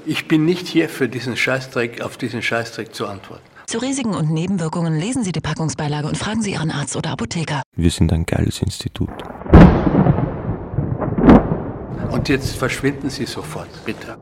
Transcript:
Ich bin nicht hier für diesen Scheißdreck, auf diesen Scheißdreck zu antworten. Zu Risiken und Nebenwirkungen lesen Sie die Packungsbeilage und fragen Sie Ihren Arzt oder Apotheker. Wir sind ein geiles Institut. Und jetzt verschwinden Sie sofort, bitte.